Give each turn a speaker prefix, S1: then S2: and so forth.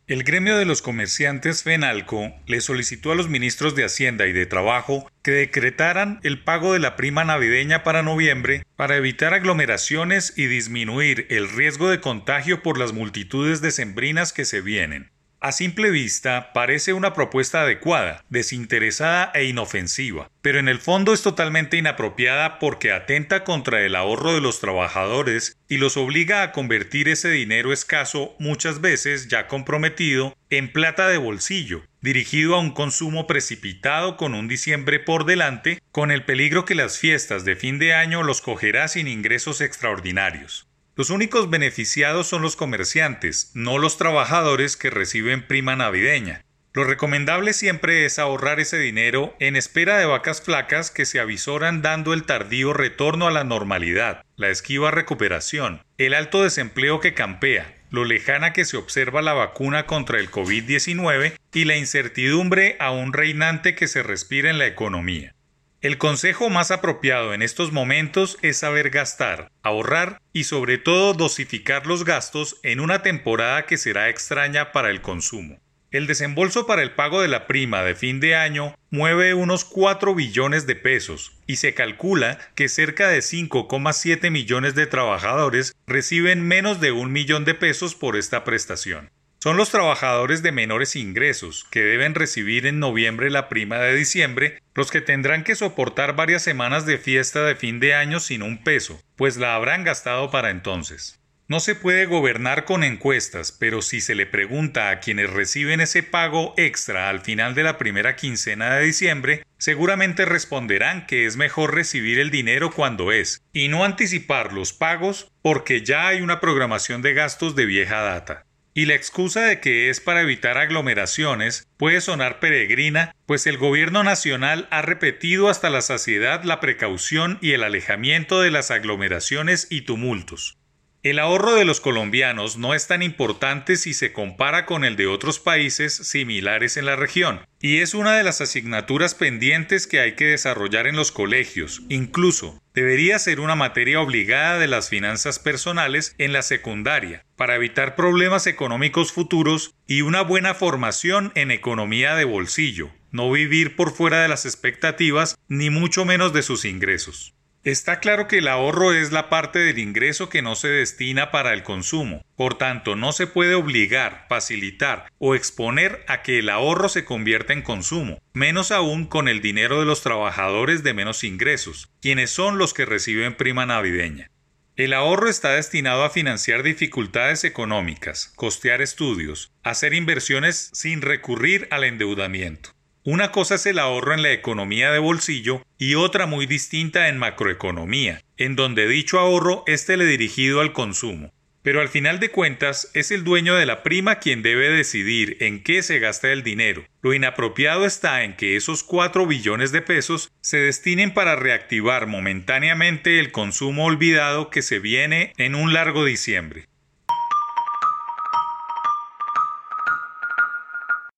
S1: El gremio de los comerciantes FENALCO le solicitó a los ministros de Hacienda y de Trabajo que decretaran el pago de la prima navideña para noviembre para evitar aglomeraciones y disminuir el riesgo de contagio por las multitudes decembrinas que se vienen. A simple vista parece una propuesta adecuada, desinteresada e inofensiva, pero en el fondo es totalmente inapropiada porque atenta contra el ahorro de los trabajadores y los obliga a convertir ese dinero escaso, muchas veces ya comprometido, en plata de bolsillo, dirigido a un consumo precipitado con un diciembre por delante, con el peligro que las fiestas de fin de año los cogerá sin ingresos extraordinarios. Los únicos beneficiados son los comerciantes, no los trabajadores que reciben prima navideña. Lo recomendable siempre es ahorrar ese dinero en espera de vacas flacas que se avisoran dando el tardío retorno a la normalidad, la esquiva recuperación, el alto desempleo que campea, lo lejana que se observa la vacuna contra el COVID-19 y la incertidumbre aún reinante que se respira en la economía. El consejo más apropiado en estos momentos es saber gastar, ahorrar y sobre todo dosificar los gastos en una temporada que será extraña para el consumo. El desembolso para el pago de la prima de fin de año mueve unos 4 billones de pesos y se calcula que cerca de 5,7 millones de trabajadores reciben menos de 1 millón de pesos por esta prestación. Son los trabajadores de menores ingresos, que deben recibir en noviembre la prima de diciembre, los que tendrán que soportar varias semanas de fiesta de fin de año sin un peso, pues la habrán gastado para entonces. No se puede gobernar con encuestas, pero si se le pregunta a quienes reciben ese pago extra al final de la primera quincena de diciembre, seguramente responderán que es mejor recibir el dinero cuando es, y no anticipar los pagos porque ya hay una programación de gastos de vieja data. Y la excusa de que es para evitar aglomeraciones puede sonar peregrina, pues el gobierno nacional ha repetido hasta la saciedad la precaución y el alejamiento de las aglomeraciones y tumultos. El ahorro de los colombianos no es tan importante si se compara con el de otros países similares en la región, y es una de las asignaturas pendientes que hay que desarrollar en los colegios. Incluso, debería ser una materia obligada de las finanzas personales en la secundaria, para evitar problemas económicos futuros y una buena formación en economía de bolsillo, no vivir por fuera de las expectativas, ni mucho menos de sus ingresos. Está claro que el ahorro es la parte del ingreso que no se destina para el consumo. Por tanto, no se puede obligar, facilitar o exponer a que el ahorro se convierta en consumo, menos aún con el dinero de los trabajadores de menos ingresos, quienes son los que reciben prima navideña. El ahorro está destinado a financiar dificultades económicas, costear estudios, hacer inversiones sin recurrir al endeudamiento. Una cosa es el ahorro en la economía de bolsillo y otra muy distinta en macroeconomía, en donde dicho ahorro es teledirigido al consumo. Pero al final de cuentas es el dueño de la prima quien debe decidir en qué se gasta el dinero. Lo inapropiado está en que esos 4 billones de pesos se destinen para reactivar momentáneamente el consumo olvidado que se viene en un largo diciembre.